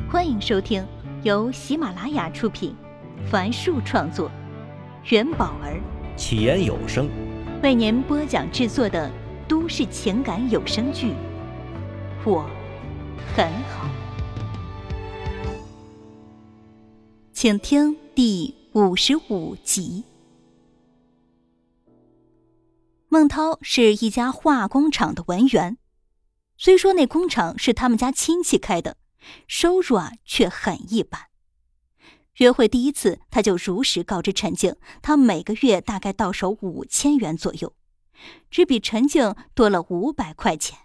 欢迎收听由喜马拉雅出品，樊树创作，元宝儿起言有声为您播讲制作的都市情感有声剧《我很好》，请听第55集。孟涛是一家化工厂的文员，虽说那工厂是他们家亲戚开的，收入却很一般。约会第一次，他就如实告知陈静，他每个月大概到手5000元左右，只比陈静多了500块钱。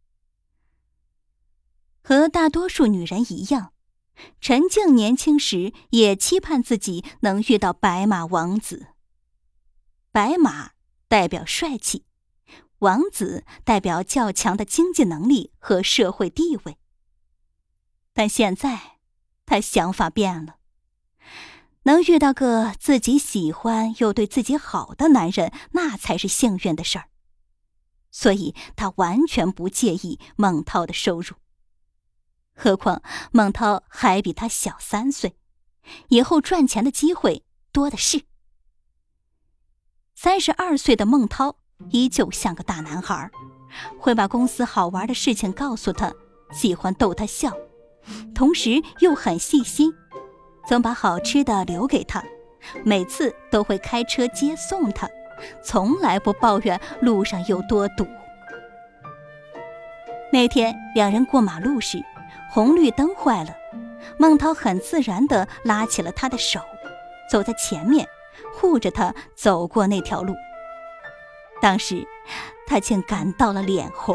和大多数女人一样，陈静年轻时也期盼自己能遇到白马王子。白马代表帅气，王子代表较强的经济能力和社会地位。但现在他想法变了，能遇到个自己喜欢又对自己好的男人，那才是幸运的事儿。所以他完全不介意孟涛的收入，何况孟涛还比他小3岁，以后赚钱的机会多的是。32岁的孟涛依旧像个大男孩，会把公司好玩的事情告诉他，喜欢逗他笑，同时又很细心，总把好吃的留给他，每次都会开车接送他，从来不抱怨路上有多堵。那天两人过马路时，红绿灯坏了，孟涛很自然地拉起了他的手，走在前面，护着他走过那条路。当时他竟感到了脸红。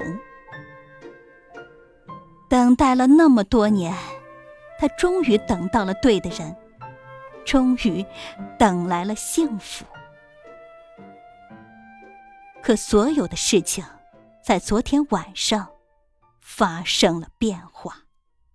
等待了那么多年，他终于等到了对的人，终于等来了幸福。可所有的事情在昨天晚上发生了变化。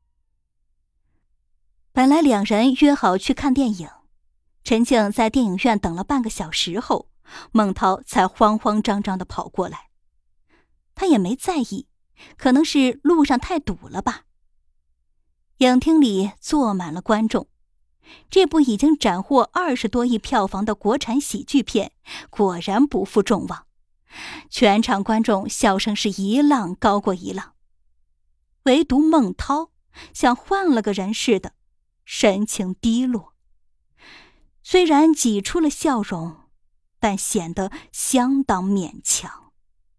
本来两人约好去看电影，陈静在电影院等了半个小时后，孟涛才慌慌张张地跑过来。他也没在意，可能是路上太堵了吧。影厅里坐满了观众，这部已经斩获20多亿票房的国产喜剧片果然不负众望，全场观众笑声是一浪高过一浪。唯独孟涛像换了个人似的，神情低落，虽然挤出了笑容，但显得相当勉强。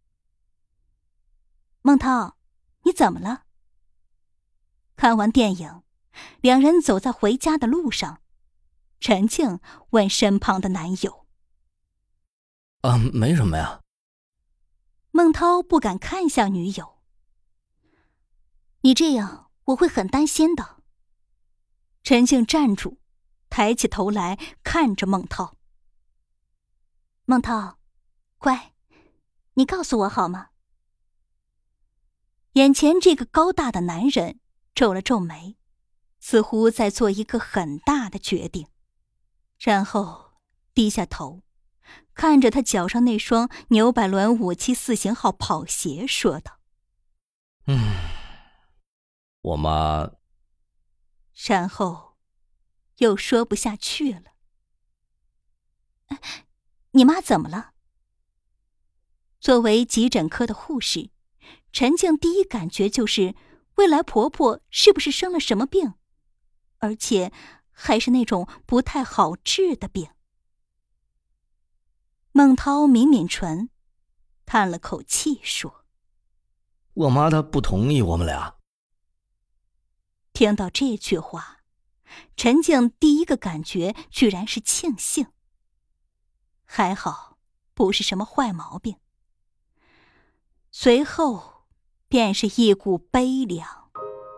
孟涛，你怎么了？看完电影，两人走在回家的路上，陈静问身旁的男友。 没什么呀。 孟涛不敢看向女友。你这样我会很担心的。陈静站住，抬起头来看着孟涛。孟涛，乖，你告诉我好吗？眼前这个高大的男人皱了皱眉，似乎在做一个很大的决定，然后低下头，看着他脚上那双纽百伦574型号跑鞋说道： 我妈…… 然后又说不下去了。你妈怎么了？作为急诊科的护士，陈静第一感觉就是未来婆婆是不是生了什么病，而且还是那种不太好治的病。孟涛抿抿唇，叹了口气说： 我妈她不同意我们俩。 听到这句话，陈静第一个感觉居然是庆幸，还好不是什么坏毛病。随后便是一股悲凉。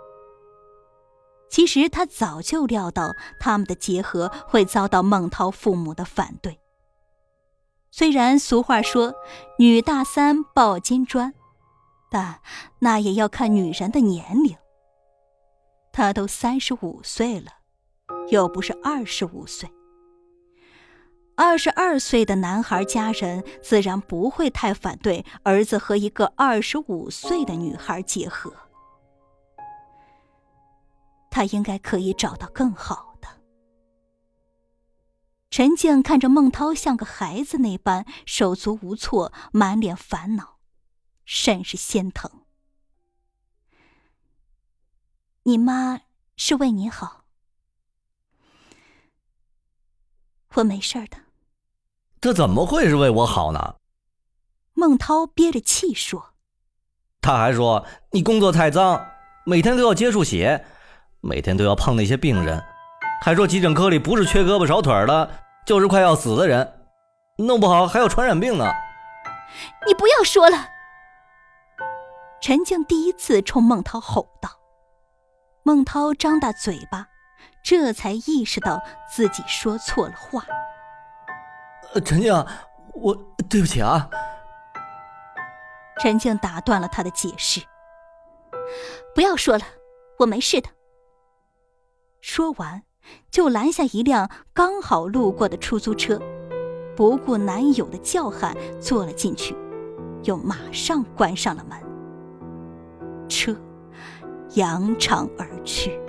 其实他早就料到他们的结合会遭到孟涛父母的反对。虽然俗话说女大3抱金砖，但那也要看女人的年龄。他都35岁了，又不是25岁。22岁的男孩家人自然不会太反对儿子和一个25岁的女孩结合。 他应该可以找到更好的。陈静看着孟涛像个孩子那般手足无措，满脸烦恼，甚是心疼。你妈是为你好，我没事的。 这怎么会是为我好呢？ 孟涛憋着气说。 他还说你工作太脏，每天都要接触血，每天都要碰那些病人，还说急诊科里不是缺胳膊少腿的，就是快要死的人，弄不好还有传染病呢。 你不要说了！陈静第一次冲孟涛吼道。孟涛张大嘴巴，这才意识到自己说错了话。 陈静，我对不起啊。 陈静打断了他的解释。不要说了，我没事的。说完就拦下一辆刚好路过的出租车，不顾男友的叫喊坐了进去，又马上关上了门。车扬长而去。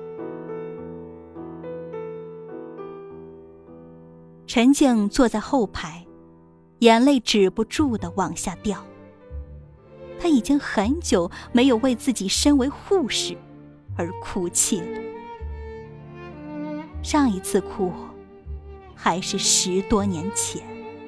陈静坐在后排，眼泪止不住地往下掉。她已经很久没有为自己身为护士而哭泣了。上一次哭还是10多年前。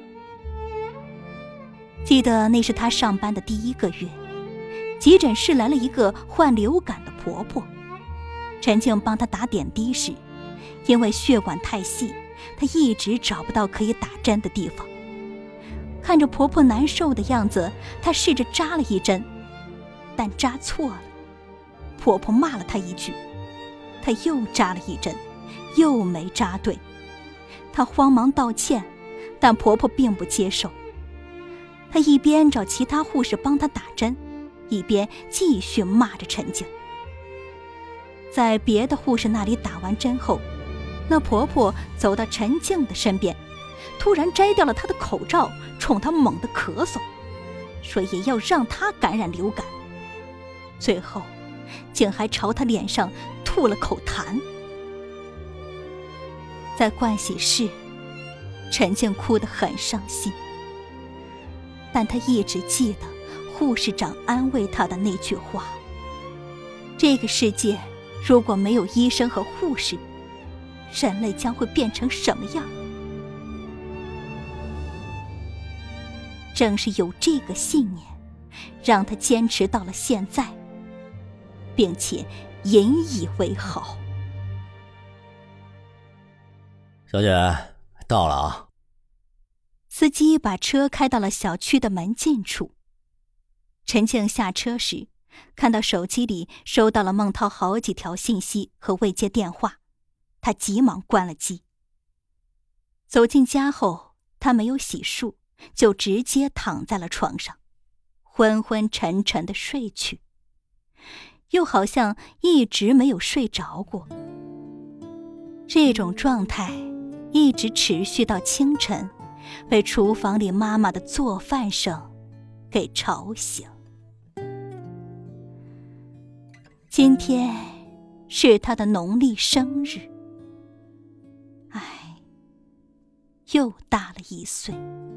记得那是她上班的第1个月，急诊室来了一个患流感的婆婆。陈静帮她打点滴时，因为血管太细，她一直找不到可以打针的地方。看着婆婆难受的样子，她试着扎了一针，但扎错了。婆婆骂了她一句，她又扎了一针，又没扎对。她慌忙道歉，但婆婆并不接受。她一边找其他护士帮她打针，一边继续骂着陈静。在别的护士那里打完针后，那婆婆走到陈静的身边，突然摘掉了她的口罩，冲她猛地咳嗽，说也要让她感染流感。最后竟还朝她脸上吐了口痰。在盥洗室，陈静哭得很伤心，但她一直记得护士长安慰她的那句话：这个世界如果没有医生和护士，人类将会变成什么样？正是有这个信念，让她坚持到了现在，并且引以为豪。 小姐，到了啊。 司机把车开到了小区的门禁处。陈静下车时，看到手机里收到了孟涛好几条信息和未接电话，他急忙关了机。走进家后，他没有洗漱，就直接躺在了床上，昏昏沉沉地睡去，又好像一直没有睡着过。这种状态一直持续到清晨，被厨房里妈妈的做饭声给吵醒。今天是他的农历生日，唉，又大了1岁。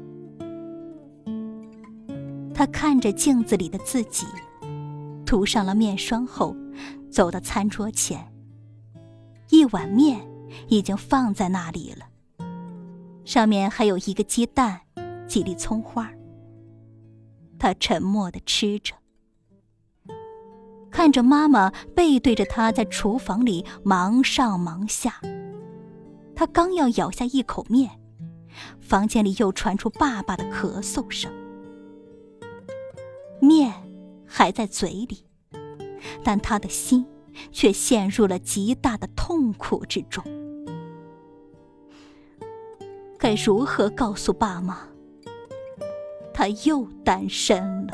他看着镜子里的自己，涂上了面霜后，走到餐桌前，一碗面已经放在那里了，上面还有1个鸡蛋，几粒葱花。他沉默地吃着，看着妈妈背对着他在厨房里忙上忙下。他刚要咬下一口面，房间里又传出爸爸的咳嗽声。面还在嘴里，但他的心却陷入了极大的痛苦之中。该如何告诉爸妈，他又单身了？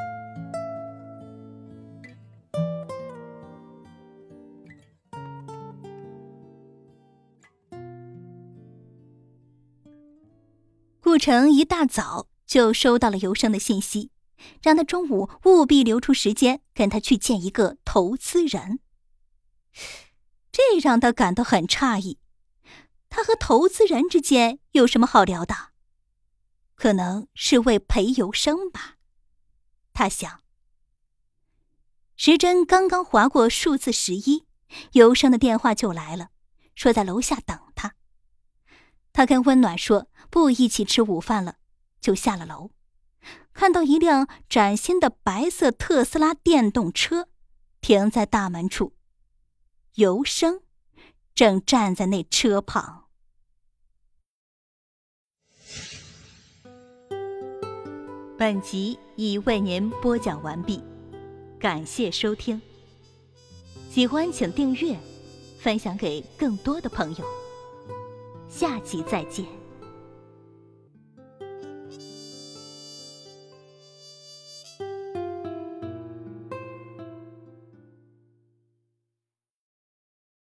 顾城一大早就收到了尤生的信息，让他中午务必留出时间跟他去见一个投资人。 这让他感到很诧异。他和投资人之间有什么好聊的？可能是为陪游生吧，他想。时针刚刚划过数字11，游生的电话就来了，说在楼下等他。他跟温暖说不一起吃午饭了，就下了楼，看到一辆崭新的白色特斯拉电动车停在大门处，游生正站在那车旁。本集已为您播讲完毕，感谢收听。喜欢请订阅，分享给更多的朋友。下集再见。